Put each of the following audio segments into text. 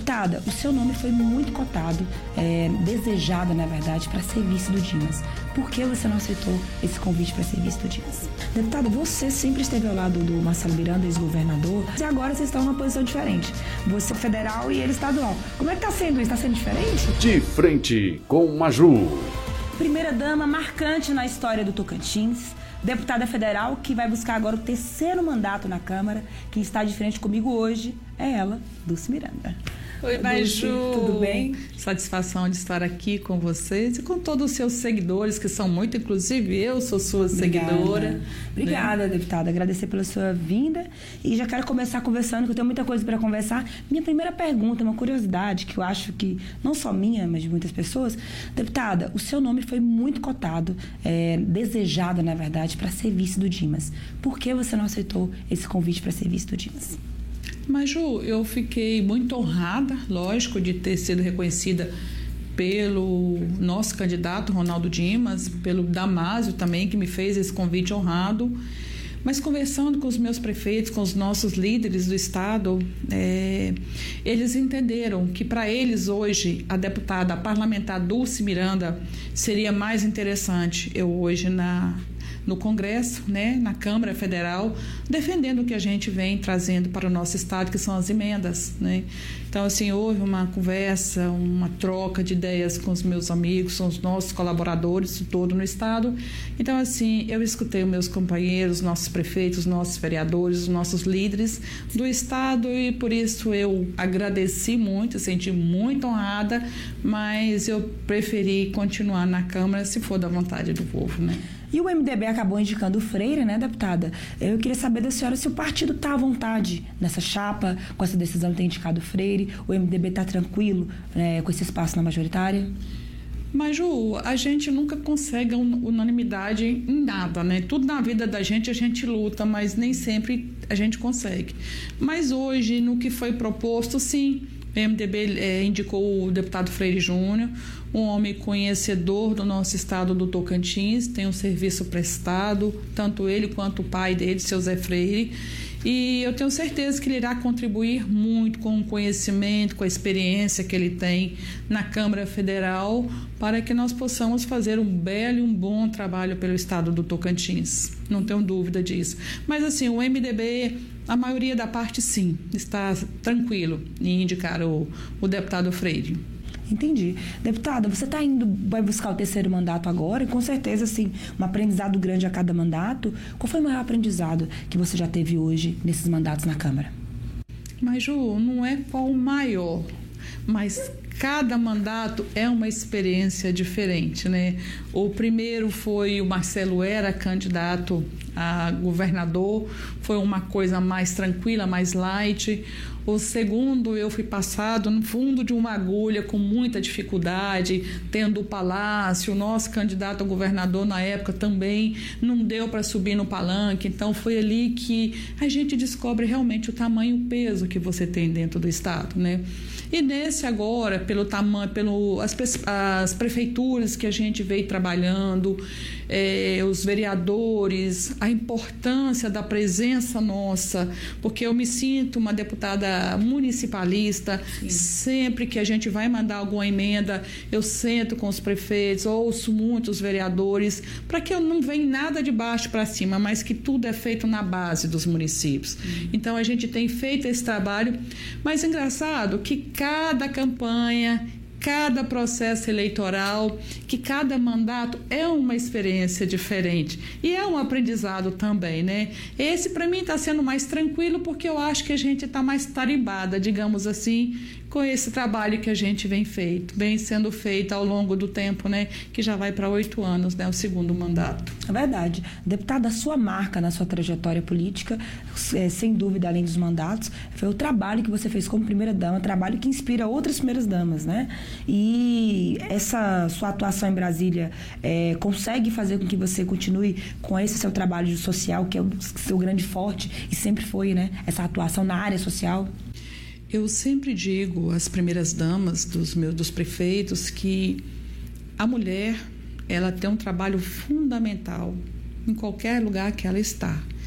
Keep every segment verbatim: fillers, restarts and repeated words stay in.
Deputada, o seu nome foi muito cotado, é, desejado, na verdade, para ser vice do Dimas. Por que você não aceitou esse convite para ser vice do Dimas? Deputada, você sempre esteve ao lado do Marcelo Miranda, ex-governador, e agora vocês estão numa posição diferente. Você é federal e ele estadual. Como é que está sendo isso? Está sendo diferente? De frente com Maju. Primeira dama marcante na história do Tocantins, deputada federal que vai buscar agora o terceiro mandato na Câmara. Quem está de frente comigo hoje é ela, Dulce Miranda. Oi, Maju. Tudo bem? Satisfação de estar aqui com vocês e com todos os seus seguidores, que são muito, inclusive eu sou sua Obrigada. seguidora. Obrigada, né? deputada. Agradecer pela sua vinda e já quero começar conversando, que eu tenho muita coisa para conversar. Minha primeira pergunta, uma curiosidade que eu acho que não só minha, mas de muitas pessoas. Deputada, o seu nome foi muito cotado, é, desejado, na verdade, para ser vice do Dimas. Por que você não aceitou esse convite para ser vice do Dimas? Maju, eu fiquei muito honrada, lógico, de ter sido reconhecida pelo nosso candidato Ronaldo Dimas, pelo Damásio também, que me fez esse convite honrado. Mas conversando com os meus prefeitos, com os nossos líderes do estado, é, eles entenderam que para eles hoje a deputada a parlamentar Dulce Miranda seria mais interessante eu hoje na no Congresso, né, na Câmara Federal, defendendo o que a gente vem trazendo para o nosso estado, que são as emendas, né? Então, assim, houve uma conversa, uma troca de ideias com os meus amigos, com os nossos colaboradores, todo no estado. Então, assim, eu escutei os meus companheiros, nossos prefeitos, os nossos vereadores, os nossos líderes do estado e por isso eu agradeci muito, senti muito honrada, mas eu preferi continuar na Câmara se for da vontade do povo, né? E o M D B acabou indicando o Freire, né, deputada? Eu queria saber da senhora se o partido está à vontade nessa chapa, com essa decisão de ter indicado o Freire. O M D B está tranquilo, né, com esse espaço na majoritária? Maju, a gente nunca consegue unanimidade em nada, né? Tudo na vida da gente a gente luta, mas nem sempre a gente consegue. Mas hoje, no que foi proposto, sim, o M D B é, indicou o deputado Freire Júnior, um homem conhecedor do nosso estado do Tocantins, tem um serviço prestado, tanto ele quanto o pai dele, seu Zé Freire, e eu tenho certeza que ele irá contribuir muito com o conhecimento, com a experiência que ele tem na Câmara Federal, para que nós possamos fazer um belo e um bom trabalho pelo estado do Tocantins. Não tenho dúvida disso. Mas assim, o M D B, a maioria da parte sim, está tranquilo em indicar o, o deputado Freire. Entendi. Deputada, você está indo, vai buscar o terceiro mandato agora e com certeza, assim, um aprendizado grande a cada mandato. Qual foi o maior aprendizado que você já teve hoje nesses mandatos na Câmara? Mas, Ju, não é qual o maior, mas cada mandato é uma experiência diferente, né? O primeiro foi o Marcelo era candidato a governador, foi uma coisa mais tranquila, mais light. O segundo, eu fui passado no fundo de uma agulha com muita dificuldade, tendo o palácio. O nosso candidato a governador na época também não deu para subir no palanque. Então, foi ali que a gente descobre realmente o tamanho e o peso que você tem dentro do estado, né? E nesse agora, pelo tamanho, pelo as, as prefeituras que a gente veio trabalhando, é, os vereadores, a importância da presença nossa, porque eu me sinto uma deputada municipalista. Sim. Sempre que a gente vai mandar alguma emenda, eu sento com os prefeitos, ouço muitos vereadores, para que eu não venha nada de baixo para cima, mas que tudo é feito na base dos municípios. Sim. Então, a gente tem feito esse trabalho, mas é engraçado que cada campanha, cada processo eleitoral, que cada mandato é uma experiência diferente e é um aprendizado também, né? Esse para mim está sendo mais tranquilo porque eu acho que a gente está mais tarimbada, digamos assim, com esse trabalho que a gente vem feito, vem sendo feito ao longo do tempo, né? Que já vai para oito anos, né? O segundo mandato. É verdade. Deputada, a sua marca na sua trajetória política, é, sem dúvida, além dos mandatos, foi o trabalho que você fez como primeira-dama, trabalho que inspira outras primeiras-damas, né? E essa sua atuação em Brasília é, consegue fazer com que você continue com esse seu trabalho social, que é o seu grande forte e sempre foi, né? Essa atuação na área social? Eu sempre digo às primeiras damas dos meus dos prefeitos que a mulher, ela tem um trabalho fundamental em qualquer lugar que ela está.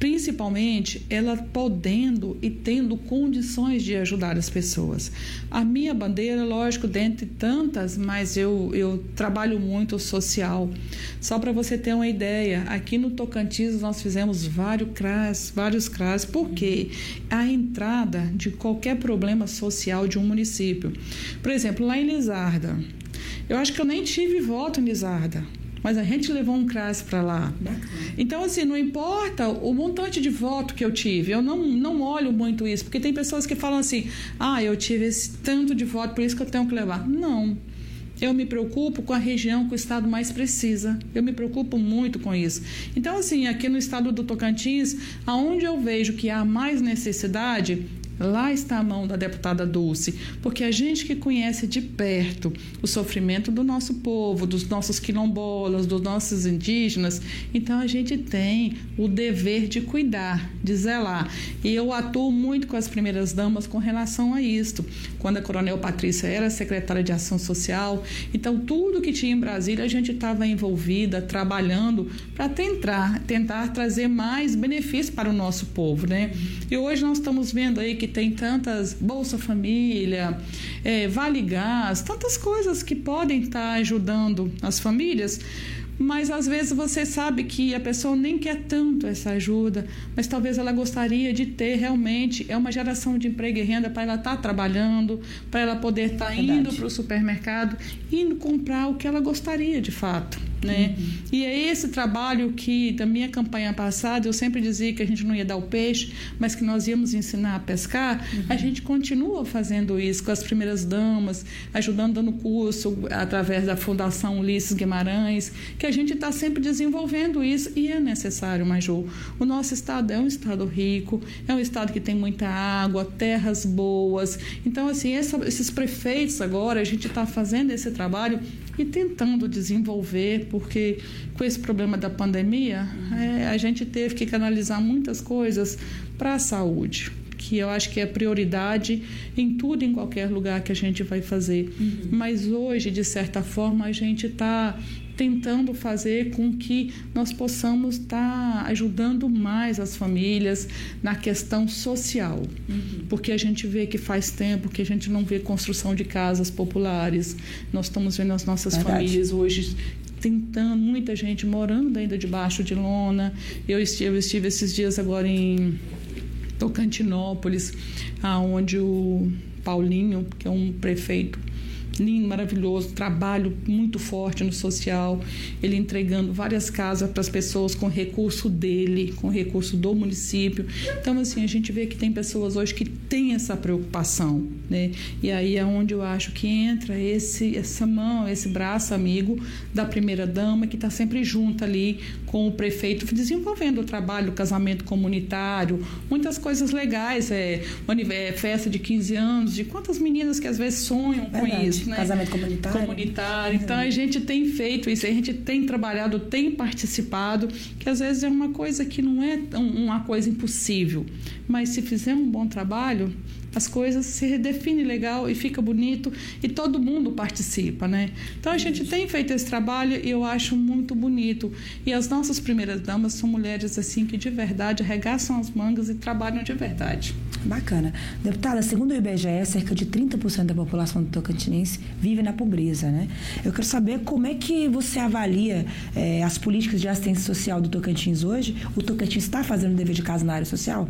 principalmente ela podendo e tendo condições de ajudar as pessoas. A minha bandeira, lógico, dentre tantas, mas eu, eu trabalho muito social. Só para você ter uma ideia, aqui no Tocantins nós fizemos vários C R A S, vários C R A S, porque a entrada de qualquer problema social de um município. Por exemplo, lá em Lizarda, eu acho que eu nem tive voto em Lizarda, mas a gente levou um C R A S para lá. Bacana. Então, assim, não importa o montante de voto que eu tive, eu não, não olho muito isso, porque tem pessoas que falam assim, ah, eu tive esse tanto de voto, por isso que eu tenho que levar. Não. Eu me preocupo com a região que o Estado mais precisa. Eu me preocupo muito com isso. Então, assim, aqui no estado do Tocantins, aonde eu vejo que há mais necessidade, lá está a mão da deputada Dulce, porque a gente que conhece de perto o sofrimento do nosso povo, dos nossos quilombolas, dos nossos indígenas, então a gente tem o dever de cuidar, de zelar. E eu atuo muito com as primeiras damas com relação a isto. Quando a Coronel Patrícia era secretária de Ação Social, então tudo que tinha em Brasília a gente estava envolvida, trabalhando para tentar, tentar trazer mais benefícios para o nosso povo, né? E hoje nós estamos vendo aí que tem tantas Bolsa Família, é, Vale Gás, tantas coisas que podem estar ajudando as famílias, mas às vezes você sabe que a pessoa nem quer tanto essa ajuda, mas talvez ela gostaria de ter realmente, é uma geração de emprego e renda para ela estar trabalhando, para ela poder estar indo para o supermercado, indo comprar o que ela gostaria de fato. Né? Uhum. E é esse trabalho que, da minha campanha passada, eu sempre dizia que a gente não ia dar o peixe, mas que nós íamos ensinar a pescar. Uhum. A gente continua fazendo isso com as primeiras damas, ajudando, dando curso através da Fundação Ulisses Guimarães, que a gente está sempre desenvolvendo isso, e é necessário, Maju. O nosso estado é um estado rico, é um estado que tem muita água, terras boas. Então, assim, essa, esses prefeitos agora, a gente está fazendo esse trabalho e tentando desenvolver, porque com esse problema da pandemia, é, a gente teve que canalizar muitas coisas para a saúde, que eu acho que é prioridade em tudo, em qualquer lugar que a gente vai fazer. Uhum. Mas hoje, de certa forma, a gente está tentando fazer com que nós possamos estar ajudando mais as famílias na questão social. Uhum. Porque a gente vê que faz tempo que a gente não vê construção de casas populares. Nós estamos vendo as nossas Verdade. famílias hoje tentando, muita gente morando ainda debaixo de lona. Eu estive, eu estive esses dias agora em Tocantinópolis, onde o Paulinho, que é um prefeito lindo, maravilhoso, trabalho muito forte no social, ele entregando várias casas para as pessoas com recurso dele, com recurso do município. Então, assim, a gente vê que tem pessoas hoje que têm essa preocupação, né? E aí é onde eu acho que entra esse, essa mão, esse braço amigo da primeira-dama, que está sempre junto ali com o prefeito, desenvolvendo o trabalho, o casamento comunitário, muitas coisas legais, é, é festa de quinze anos, de quantas meninas que às vezes sonham Verdade. com isso, né? Casamento comunitário. Comunitário. Então, a gente tem feito isso, a gente tem trabalhado, tem participado, que às vezes é uma coisa que não é uma coisa impossível, mas se fizer um bom trabalho, as coisas se redefinem legal e fica bonito e todo mundo participa, né? Então, a gente tem feito esse trabalho e eu acho muito bonito. E as nossas primeiras damas são mulheres assim que de verdade arregaçam as mangas e trabalham de verdade. Bacana. Deputada, segundo o I B G E, cerca de trinta por cento da população do Tocantinense vive na pobreza, né? Eu quero saber como é que você avalia eh, as políticas de assistência social do Tocantins hoje. O Tocantins está fazendo o dever de casa na área social?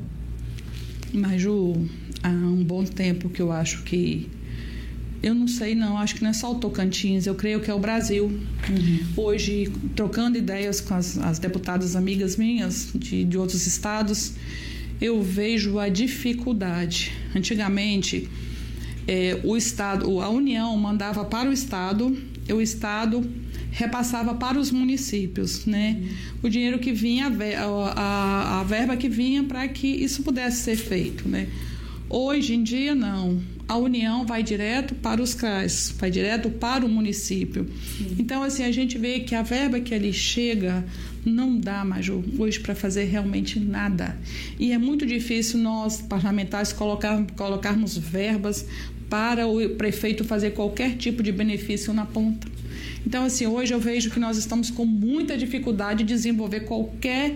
Maju, há um bom tempo que eu acho que... Eu não sei, não. Acho que não é só o Tocantins. Eu creio que é o Brasil. Uhum. Hoje, trocando ideias com as, as deputadas amigas minhas de, de outros estados, eu vejo a dificuldade. Antigamente, é, o estado, a União mandava para o estado, e o estado repassava para os municípios, né? Uhum. O dinheiro que vinha, a, a, a verba que vinha para que isso pudesse ser feito, né? Hoje em dia, não. A União vai direto para os C R A S, vai direto para o município. Sim. Então, assim, a gente vê que a verba que ali chega não dá, Maju, hoje para fazer realmente nada. E é muito difícil nós, parlamentares, colocar, colocarmos verbas para o prefeito fazer qualquer tipo de benefício na ponta. Então, assim, hoje eu vejo que nós estamos com muita dificuldade de desenvolver qualquer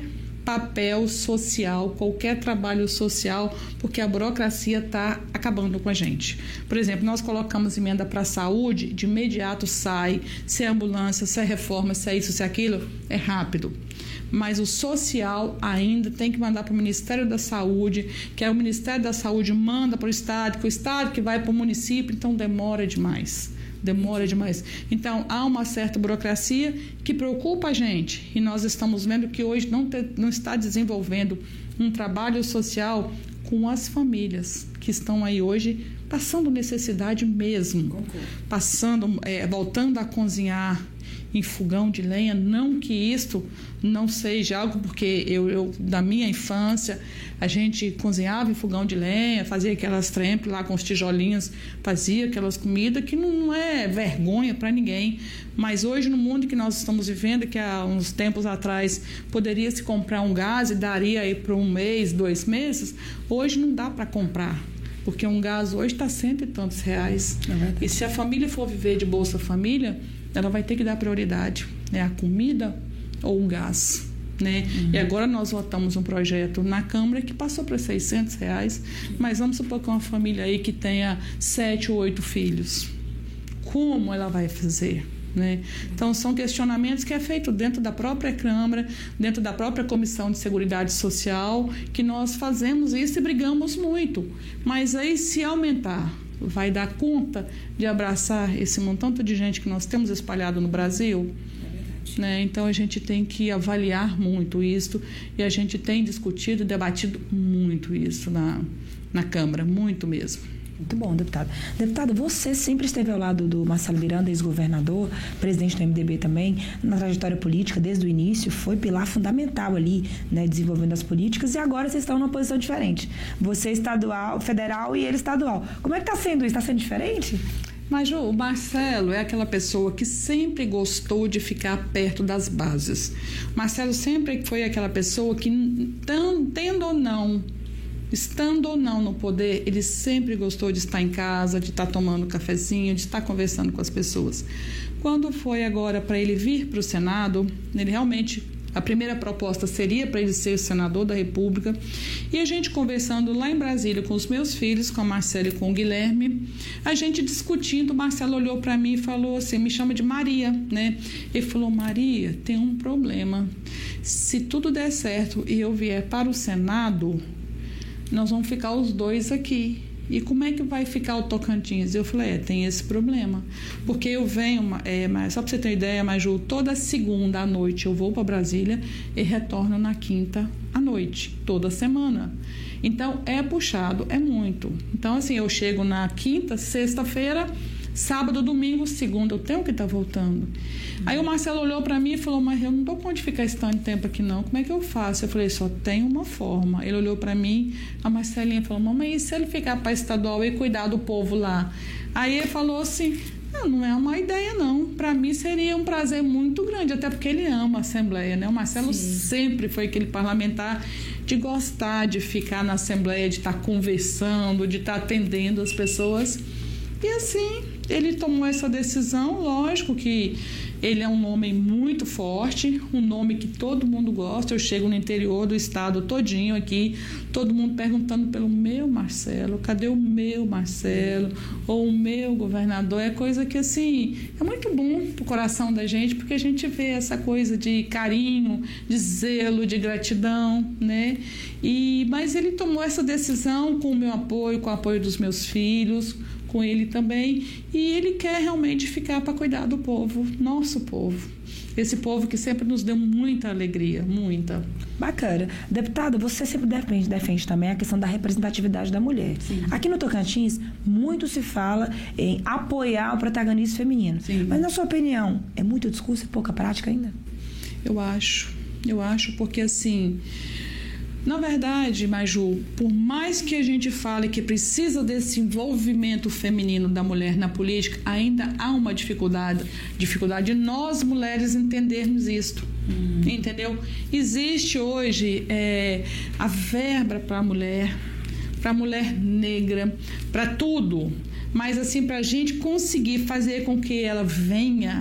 papel social, qualquer trabalho social, porque a burocracia está acabando com a gente. Por exemplo, nós colocamos emenda para a saúde, de imediato sai, se é ambulância, se é reforma, se é isso, se é aquilo, é rápido. Mas o social ainda tem que mandar para o Ministério da Saúde, que é o Ministério da Saúde manda para o Estado, que o Estado que vai para o município, então demora demais. Demora demais. Então, há uma certa burocracia que preocupa a gente e nós estamos vendo que hoje não, te, não está desenvolvendo um trabalho social com as famílias que estão aí hoje passando necessidade mesmo. Concordo. Passando, é, voltando a cozinhar em fogão de lenha, não que isto não seja algo, porque eu, eu da minha infância a gente cozinhava em fogão de lenha, fazia aquelas trempes lá com os tijolinhos, fazia aquelas comidas que não é vergonha para ninguém, mas hoje no mundo que nós estamos vivendo, que há uns tempos atrás poderia se comprar um gás e daria aí para um mês, dois meses, hoje não dá para comprar. Porque um gás hoje está cento e tantos reais. É e se a família for viver de Bolsa Família, ela vai ter que dar prioridade, né? A comida ou o gás, né? Uhum. E agora nós votamos um projeto na Câmara que passou para seiscentos reais, mas vamos supor que uma família aí que tenha sete ou oito filhos. Como ela vai fazer? Né? Então, são questionamentos que é feito dentro da própria Câmara, dentro da própria Comissão de Seguridade Social, que nós fazemos isso e brigamos muito. Mas aí, se aumentar, vai dar conta de abraçar esse montão de gente que nós temos espalhado no Brasil? É, né? Então, a gente tem que avaliar muito isso e a gente tem discutido e debatido muito isso na, na Câmara, muito mesmo. Muito bom, deputado. Deputado, você sempre esteve ao lado do Marcelo Miranda, ex-governador, presidente do M D B também, na trajetória política, desde o início, foi pilar fundamental ali, né, desenvolvendo as políticas, e agora vocês estão numa posição diferente. Você estadual, federal e ele estadual. Como é que está sendo isso? Está sendo diferente? Mas o Marcelo é aquela pessoa que sempre gostou de ficar perto das bases. Marcelo sempre foi aquela pessoa que, tendo ou não, estando ou não no poder, ele sempre gostou de estar em casa, de estar tomando um cafezinho, de estar conversando com as pessoas. Quando foi agora para ele vir para o Senado, ele realmente, a primeira proposta seria para ele ser o senador da República, e a gente conversando lá em Brasília com os meus filhos, com a Marcela e com o Guilherme, a gente discutindo, o Marcelo olhou para mim e falou assim, me chama de Maria, né? Ele falou, Maria, tem um problema, se tudo der certo e eu vier para o Senado, nós vamos ficar os dois aqui. E como é que vai ficar o Tocantins? Eu falei, é, tem esse problema. Porque eu venho, é, mas, só para você ter uma ideia, Maju, toda segunda à noite eu vou para Brasília e retorno na quinta à noite, toda semana. Então, é puxado, é muito. Então, assim, eu chego na quinta, sexta-feira, sábado, domingo, segunda, eu tenho que estar voltando. Uhum. Aí o Marcelo olhou para mim e falou, mas eu não dou conta de ficar esse tanto de tempo aqui não, como é que eu faço? Eu falei, só tem uma forma. Ele olhou para mim, a Marcelinha falou, mamãe, e se ele ficar para estadual e cuidar do povo lá? Aí ele falou assim, não, não é uma ideia não, para mim seria um prazer muito grande, até porque ele ama a Assembleia, né? O Marcelo Sim. sempre foi aquele parlamentar de gostar de ficar na Assembleia, de estar conversando, de estar atendendo as pessoas. E assim, ele tomou essa decisão, lógico que ele é um homem muito forte, um nome que todo mundo gosta. Eu chego no interior do estado todinho aqui, todo mundo perguntando pelo meu Marcelo, cadê o meu Marcelo? Ou o meu governador? É coisa que, assim, é muito bom pro coração da gente, porque a gente vê essa coisa de carinho, de zelo, de gratidão, né? E, mas ele tomou essa decisão com o meu apoio, com o apoio dos meus filhos, com ele também, e ele quer realmente ficar para cuidar do povo, nosso povo, esse povo que sempre nos deu muita alegria, muita. Bacana. Deputada, você sempre defende, defende também a questão da representatividade da mulher. Sim. Aqui no Tocantins, muito se fala em apoiar o protagonismo feminino. Sim. Mas, na sua opinião, é muito discurso e pouca prática ainda? Eu acho, eu acho, porque assim... Na verdade, Maju, por mais que a gente fale que precisa desse envolvimento feminino da mulher na política, ainda há uma dificuldade, dificuldade de nós mulheres entendermos isto, hum. entendeu? Existe hoje é, a verba para a mulher, para a mulher negra, para tudo, mas assim, para a gente conseguir fazer com que ela venha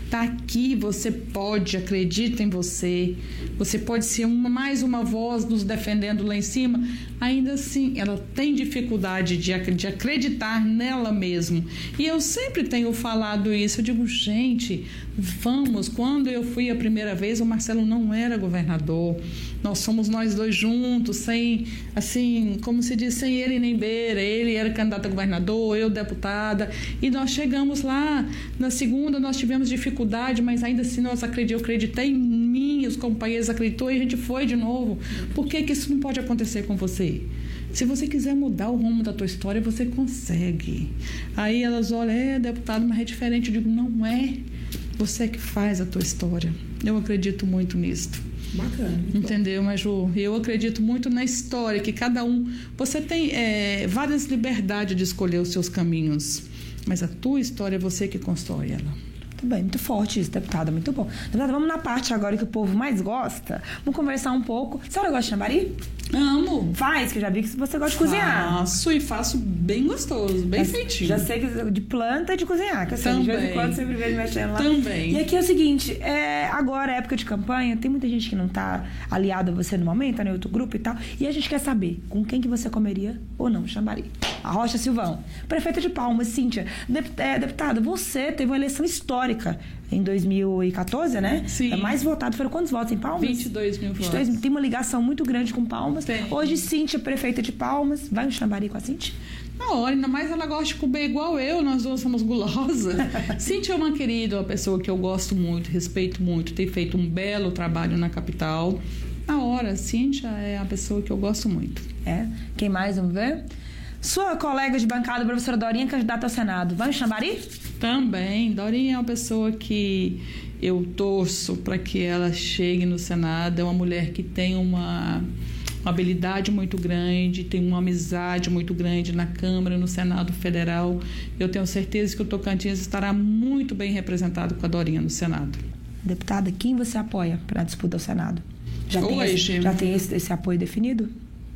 Tá aqui, você pode, acredita em você, você pode ser uma, mais uma voz nos defendendo lá em cima. Ainda assim, ela tem dificuldade de, de acreditar nela mesma. E eu sempre tenho falado isso, eu digo, gente, vamos, quando eu fui a primeira vez, o Marcelo não era governador, nós somos nós dois juntos, sem, assim, como se diz, sem ele nem beira, ele era candidato a governador, eu deputada, e nós chegamos lá, na segunda nós tivemos dificuldade, mas ainda assim nós acreditamos, eu acreditei em mim, os companheiros acreditou e a gente foi de novo. Por que que isso não pode acontecer com você? Se você quiser mudar o rumo da tua história, você consegue. Aí elas olham, é, deputado, mas é diferente. Eu digo, não é. Você é que faz a tua história. Eu acredito muito nisto. Bacana. Entendeu, Maju? Eu acredito muito na história, que cada um... Você tem é, várias liberdades de escolher os seus caminhos, mas a tua história é você que constrói ela. Muito bem, muito forte isso, deputada, muito bom. Deputada, vamos na parte agora que o povo mais gosta. Vamos conversar um pouco. A senhora gosta de chambari? Amo. Faz, que eu já vi que você gosta de cozinhar. Faço e faço bem gostoso, bem já, feitinho. Já sei que de planta e de cozinhar, que eu sei, de vez em quando sempre vejo mexendo lá. Também. E aqui é o seguinte, é, agora é época de campanha, tem muita gente que não tá aliada a você no momento, tá em outro grupo e tal, e a gente quer saber com quem que você comeria ou não chambari. A Rocha Silvão, prefeita de Palmas, Cíntia, Dep- é, deputada, você teve uma eleição histórica em dois mil e quatorze, né? Sim. É mais votado, foram quantos votos em Palmas? vinte e dois mil vinte e dois, votos. tem uma ligação muito grande com Palmas. Tem. Hoje, Cíntia, prefeita de Palmas, vai um chambari com a Cíntia? Na hora, ainda mais ela gosta de comer igual eu, nós duas somos gulosas. Cíntia é uma querida, uma pessoa que eu gosto muito, respeito muito, tem feito um belo trabalho na capital. Na hora, Cíntia é a pessoa que eu gosto muito. É. Quem mais? Vamos ver? Sua colega de bancada, a professora Dorinha, candidata ao Senado, vai em chambari? Também. Dorinha é uma pessoa que eu torço para que ela chegue no Senado. É uma mulher que tem uma, uma habilidade muito grande, tem uma amizade muito grande na Câmara, no Senado Federal. Eu tenho certeza que o Tocantins estará muito bem representado com a Dorinha no Senado. Deputada, quem você apoia para a disputa ao Senado? Já tem, Hoje, esse, já tem esse, esse apoio definido?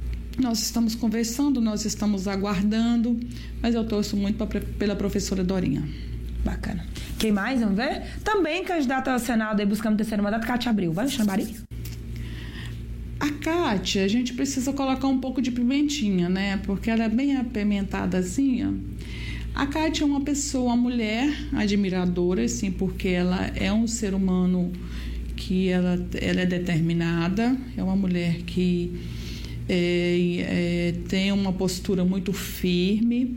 Nós estamos conversando, nós estamos aguardando, mas eu torço muito pra, pela professora Dorinha. Bacana. Quem mais? Vamos ver? Também candidata ao Senado, aí buscando o terceiro mandato, Cátia Abreu. Vai no chambari? A Cátia, a gente precisa colocar um pouco de pimentinha, né? Porque ela é bem apimentadazinha. A Cátia é uma pessoa, uma mulher admiradora, assim, porque ela é um ser humano que ela, ela é determinada, é uma mulher que é, é, tem uma postura muito firme.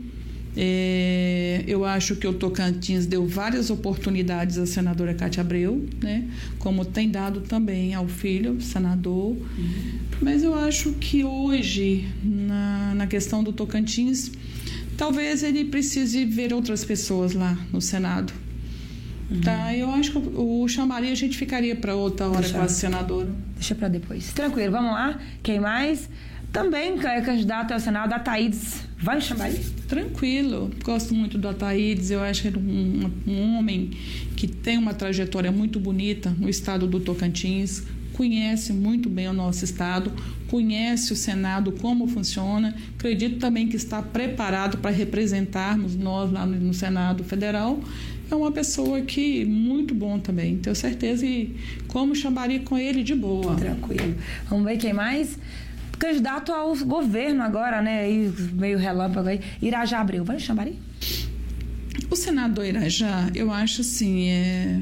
É, eu acho que o Tocantins deu várias oportunidades à senadora Cátia Abreu, né? Como tem dado também ao filho, senador. Uhum. Mas eu acho que hoje, na, na questão do Tocantins, talvez ele precise ver outras pessoas lá no Senado. Uhum. Tá? Eu acho que o, o chamaria, a gente ficaria para outra hora Deixa. com a senadora. Deixa para depois. Tranquilo, vamos lá. Quem mais? Também é candidata ao Senado, a Thaídes. Vai chamar ele? Tranquilo. Gosto muito do Ataídes. Eu acho ele um, um homem que tem uma trajetória muito bonita no estado do Tocantins, conhece muito bem o nosso estado, conhece o Senado, como funciona. Acredito também que está preparado para representarmos nós lá no, no Senado Federal. É uma pessoa que muito bom também. Tenho certeza e como chamaria com ele de boa. Tranquilo. Vamos ver quem mais? Candidato ao governo agora, né? Aí, meio relâmpago aí. Irajá Abreu. Vai chamar aí? O senador Irajá, eu acho assim, é...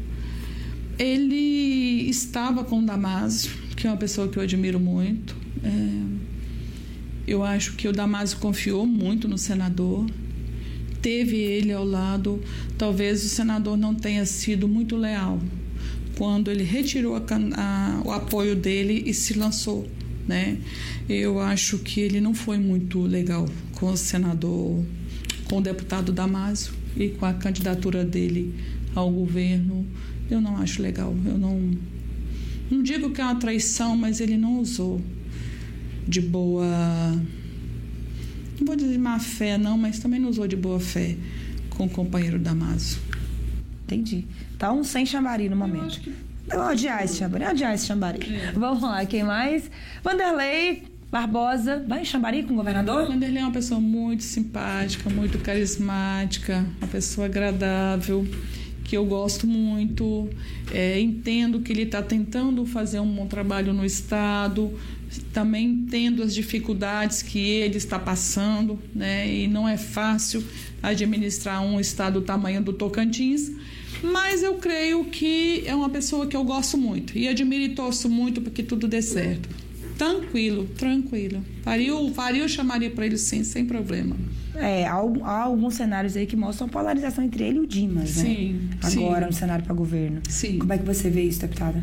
ele estava com o Damásio, que é uma pessoa que eu admiro muito. É... Eu acho que o Damásio confiou muito no senador. Teve ele ao lado. Talvez o senador não tenha sido muito leal quando ele retirou a, a, o apoio dele e se lançou. Né? Eu acho que ele não foi muito legal com o senador, com o deputado Damásio e com a candidatura dele ao governo. Eu não acho legal. Eu não, não digo que é uma traição, mas ele não usou de boa, não vou dizer má fé não, mas também não usou de boa fé com o companheiro Damásio. Entendi. Tá um sem chambari no momento. Eu odiar esse chambari, odiar esse chambari. É. Vamos lá, quem mais? Vanderlei Barbosa, vai em chambari com o governador? Vanderlei é uma pessoa muito simpática, muito carismática, uma pessoa agradável, que que eu gosto muito, é, entendo que ele está tentando fazer um bom trabalho no Estado, também entendo as dificuldades que ele está passando, né? E não é fácil administrar um Estado do tamanho do Tocantins, mas eu creio que é uma pessoa que eu gosto muito e admiro e torço muito para que tudo dê certo. Tranquilo, tranquilo. Faria, faria eu chamaria para ele sim, sem problema. É, há, há alguns cenários aí que mostram a polarização entre ele e o Dimas, sim, né? Agora, sim. no cenário para governo. Sim. Como é que você vê isso, deputada?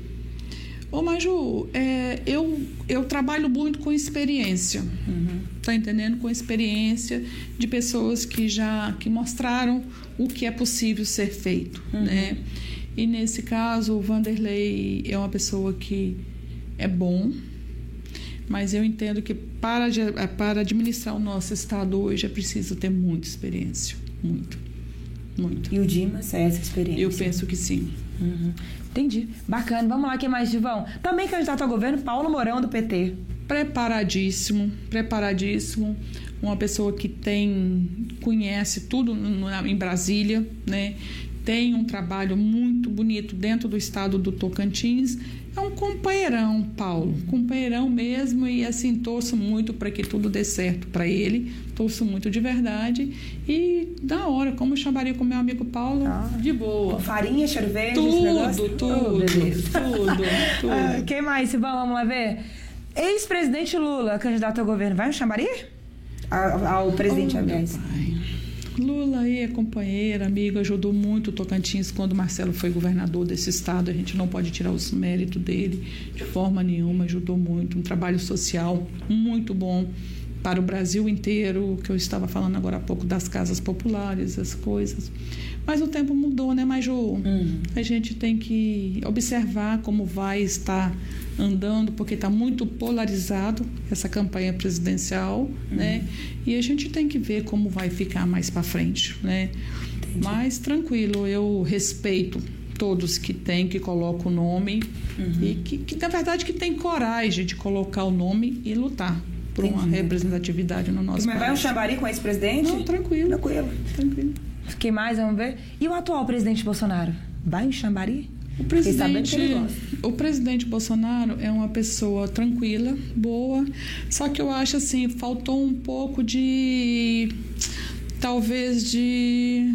Ô, Maju, é, eu, eu trabalho muito com experiência, uhum. Tá entendendo? Com experiência de pessoas que já que mostraram o que é possível ser feito, uhum. né? E nesse caso, o Vanderlei é uma pessoa que é bom, mas eu entendo que para, para administrar o nosso Estado hoje é preciso ter muita experiência, muito, muito. E o Dimas é essa experiência? Eu penso que sim. Uhum. Entendi. Bacana. Vamos lá, quem mais, Givão? Também candidato ao governo, Paulo Mourão, do P T. Preparadíssimo, preparadíssimo. Uma pessoa que tem, conhece tudo no, em Brasília, né? Tem um trabalho muito bonito dentro do estado do Tocantins. É um companheirão, Paulo, companheirão mesmo, e assim, torço muito para que tudo dê certo para ele, torço muito de verdade, e da hora, como eu chamaria com meu amigo Paulo, ah, de boa. Com farinha, cheiro verde, tudo, esse negócio? Tudo, oh, tudo, tudo. Ah, quem mais, Silvão? Vamos lá ver. Ex-presidente Lula, candidato ao governo, vai me chamaria? Ao, ao presidente, oh, aliás. Lula aí é companheiro, amigo, ajudou muito o Tocantins quando Marcelo foi governador desse estado. A gente não pode tirar os méritos dele de forma nenhuma, ajudou muito. Um trabalho social muito bom para o Brasil inteiro, que eu estava falando agora há pouco das casas populares, as coisas. Mas o tempo mudou, né, Maju? Uhum. A gente tem que observar como vai estar andando, porque está muito polarizado essa campanha presidencial, uhum. né? E a gente tem que ver como vai ficar mais para frente, né? Entendi. Mas tranquilo, eu respeito todos que têm, que colocam o nome uhum. e que, que, na verdade, que tem coragem de colocar o nome e lutar por Entendi. Uma representatividade no nosso Mas país. vai um chambari com esse presidente? Não, tranquilo. Tranquilo. Tranquilo. Quem mais? Vamos ver. E o atual presidente Bolsonaro? Vai um chambari? O presidente, o presidente Bolsonaro é uma pessoa tranquila, boa, só que eu acho assim, faltou um pouco de, talvez de,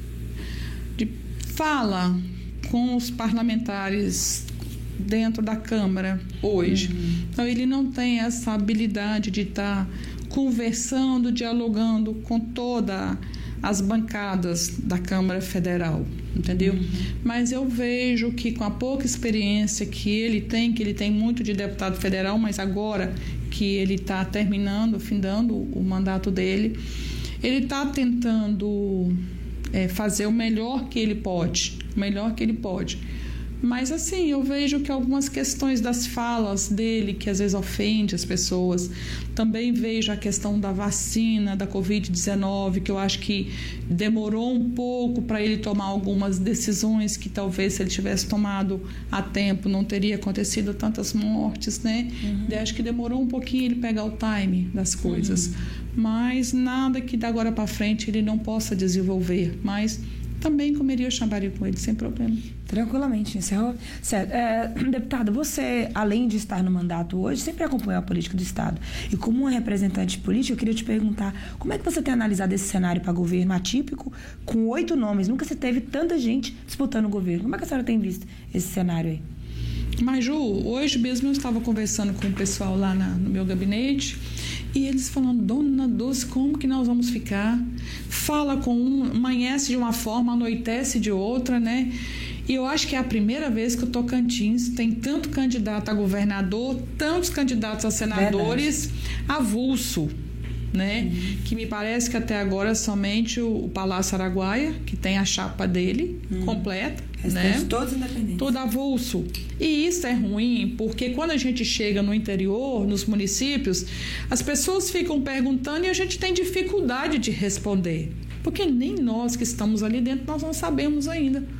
de fala com os parlamentares dentro da Câmara hoje. Uhum. Então ele não tem essa habilidade de estar conversando, dialogando com toda as bancadas da Câmara Federal, entendeu? Uhum. Mas eu vejo que com a pouca experiência que ele tem, que ele tem muito de deputado federal, mas agora que ele está terminando, findando o mandato dele, ele está tentando é, fazer o melhor que ele pode, o melhor que ele pode. Mas assim, eu vejo que algumas questões das falas dele, que às vezes ofende as pessoas, também vejo a questão da vacina, da covid dezenove, que eu acho que demorou um pouco para ele tomar algumas decisões que talvez se ele tivesse tomado a tempo não teria acontecido tantas mortes, né? Uhum. Eu acho que demorou um pouquinho ele pegar o time das coisas. Uhum. Mas nada que da agora para frente ele não possa desenvolver, mas também comeria o chambari com ele, sem problema. Tranquilamente, encerrou. Certo. É, deputada, você, além de estar no mandato hoje, sempre acompanhou a política do Estado. E como uma representante política, eu queria te perguntar, como é que você tem analisado esse cenário para governo atípico, com oito nomes? Nunca se teve tanta gente disputando o governo. Como é que a senhora tem visto esse cenário aí? Mas, Ju, hoje mesmo eu estava conversando com o pessoal lá na, no meu gabinete e eles falando, dona Dulce, como que nós vamos ficar? Fala com um, amanhece de uma forma, anoitece de outra, né? E eu acho que é a primeira vez que o Tocantins tem tanto candidato a governador, tantos candidatos a senadores, avulso, né? Uhum. Que me parece que até agora somente o, o Palácio Araguaia, que tem a chapa dele uhum. completa, né? Todos independentes. Todo avulso. E isso é ruim, porque quando a gente chega no interior, nos municípios, as pessoas ficam perguntando e a gente tem dificuldade de responder. Porque nem nós que estamos ali dentro, nós não sabemos ainda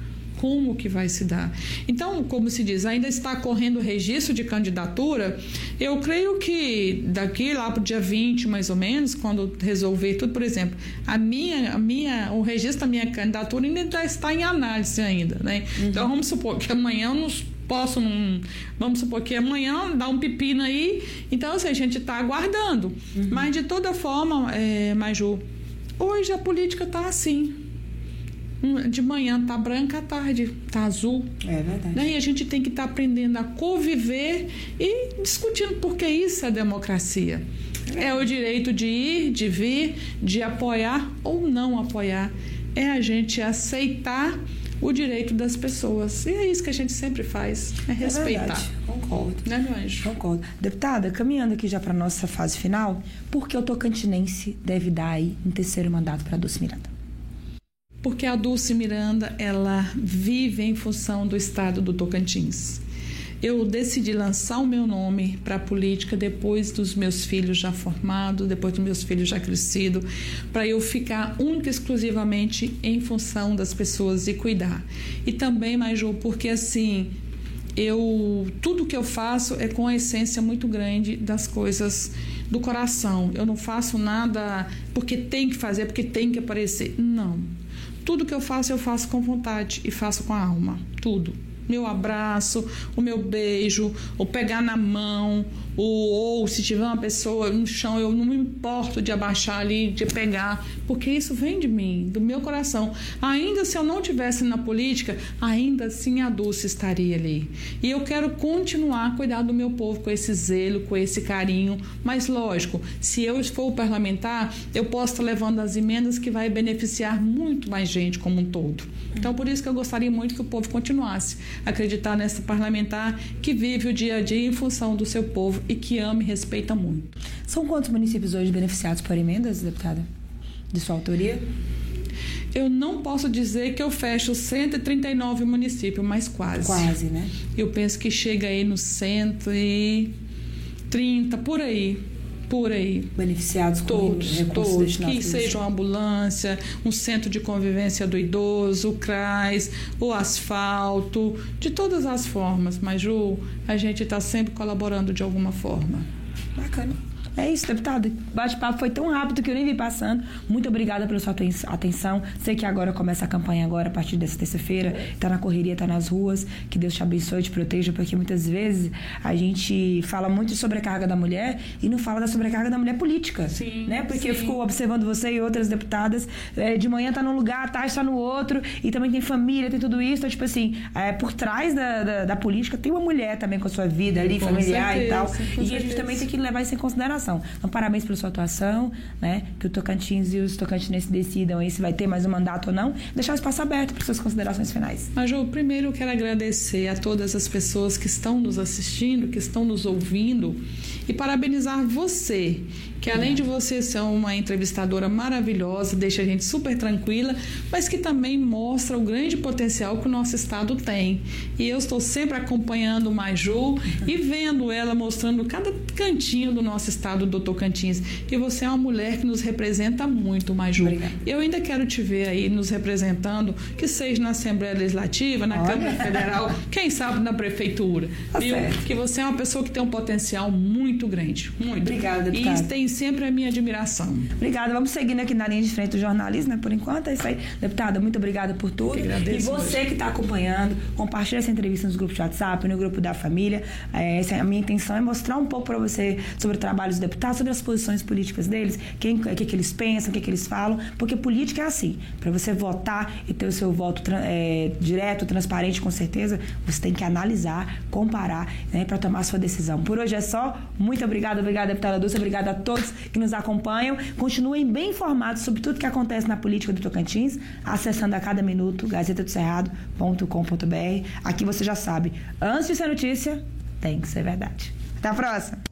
como que vai se dar. Então, como se diz, ainda está correndo o registro de candidatura. Eu creio que daqui lá para o dia vinte, mais ou menos, quando resolver tudo, por exemplo, a minha, a minha, o registro da minha candidatura ainda está em análise ainda, né? Uhum. Então, vamos supor que amanhã eu nos posso, num, vamos supor que amanhã dá um pepino aí, então assim, a gente está aguardando. Uhum. Mas de toda forma, é, Maju, hoje a política está assim. De manhã tá branca, à tarde tá azul. É verdade. Né? E a gente tem que estar tá aprendendo a conviver e discutindo, porque isso é democracia. É. é o direito de ir, de vir, de apoiar ou não apoiar. É a gente aceitar o direito das pessoas. E é isso que a gente sempre faz, é respeitar. É Concordo. Né, meu anjo? Concordo. Deputada, caminhando aqui já para a nossa fase final, por que o tocantinense deve dar aí um terceiro mandato para a Dulce Miranda? Porque a Dulce Miranda, ela vive em função do estado do Tocantins. Eu decidi lançar o meu nome para a política depois dos meus filhos já formados, depois dos meus filhos já crescidos, para eu ficar única e exclusivamente em função das pessoas e cuidar. E também, Maju, porque assim, eu, tudo que eu faço é com a essência muito grande das coisas do coração. Eu não faço nada porque tem que fazer, porque tem que aparecer. Não. Tudo que eu faço, eu faço com vontade e faço com a alma. Tudo. Meu abraço, o meu beijo, o pegar na mão, o, ou se tiver uma pessoa no chão, eu não me importo de abaixar ali, de pegar, porque isso vem de mim, do meu coração. Ainda se eu não estivesse na política, ainda assim a Dulce estaria ali. E eu quero continuar a cuidar do meu povo com esse zelo, com esse carinho, mas lógico, se eu for parlamentar, eu posso estar levando as emendas que vai beneficiar muito mais gente como um todo. Então, por isso que eu gostaria muito que o povo continuasse a acreditar nessa parlamentar que vive o dia a dia em função do seu povo e que ama e respeita muito. São quantos municípios hoje beneficiados por emendas, deputada? De sua autoria? Eu não posso dizer que eu fecho cento e trinta e nove municípios, mas quase. Quase, né? Eu penso que chega aí nos cento e trinta, por aí. Por aí. Beneficiados com todos, recursos todos, que destinados. seja uma ambulância, um centro de convivência do idoso, o CRAS, o asfalto, de todas as formas. Mas, Ju, a gente está sempre colaborando de alguma forma. Bacana. É isso, deputado. O bate-papo foi tão rápido que eu nem vi passando. Muito obrigada pela sua atenção. Sei que agora começa a campanha agora, a partir dessa terça-feira. Está na correria, está nas ruas. Que Deus te abençoe e te proteja, porque muitas vezes a gente fala muito de sobrecarga da mulher e não fala da sobrecarga da mulher política. Sim, né? Porque sim. eu fico observando você e outras deputadas. É, de manhã está num lugar, à tarde está no outro. E também tem família, tem tudo isso. Então, tipo assim, é, por trás da, da, da política tem uma mulher também com a sua vida ali, com familiar certeza, e tal. E certeza. A gente também tem que levar isso em consideração. Então, parabéns pela sua atuação, né? Que o Tocantins e os tocantinenses decidam aí se vai ter mais um mandato ou não. Deixar o espaço aberto para suas considerações finais. Mas, Ju, primeiro eu quero agradecer a todas as pessoas que estão nos assistindo, que estão nos ouvindo e parabenizar você, que além de você ser uma entrevistadora maravilhosa, deixa a gente super tranquila, mas que também mostra o grande potencial que o nosso estado tem. E eu estou sempre acompanhando o Maju e vendo ela mostrando cada cantinho do nosso estado do Tocantins. E você é uma mulher que nos representa muito, Maju. Obrigada. Eu ainda quero te ver aí nos representando, que seja na Assembleia Legislativa, na Olha. Câmara Federal, quem sabe na Prefeitura. Tá viu? certo. Que você é uma pessoa que tem um potencial muito grande. Muito. Obrigada, deputada. E tem sempre a minha admiração. Obrigada. Vamos seguindo aqui na linha de frente do jornalismo, né? Por enquanto é isso aí. Deputada, muito obrigada por tudo. Eu agradeço, e você hoje. que está acompanhando, compartilha essa entrevista nos grupos de WhatsApp, no grupo da família. É, essa é a minha intenção, é mostrar um pouco para você sobre o trabalho dos deputados, sobre as posições políticas deles, quem, o que, que eles pensam, o que, que eles falam, porque política é assim. Para você votar e ter o seu voto é, direto, transparente, com certeza, você tem que analisar, comparar, né, para tomar a sua decisão. Por hoje é só. Muito obrigada, obrigada, deputada Dulce, obrigada a todos que nos acompanham. Continuem bem informados sobre tudo que acontece na política do Tocantins, acessando a cada minuto gazeta do cerrado ponto com ponto b r. Aqui você já sabe, antes de ser notícia, tem que ser verdade. Até a próxima!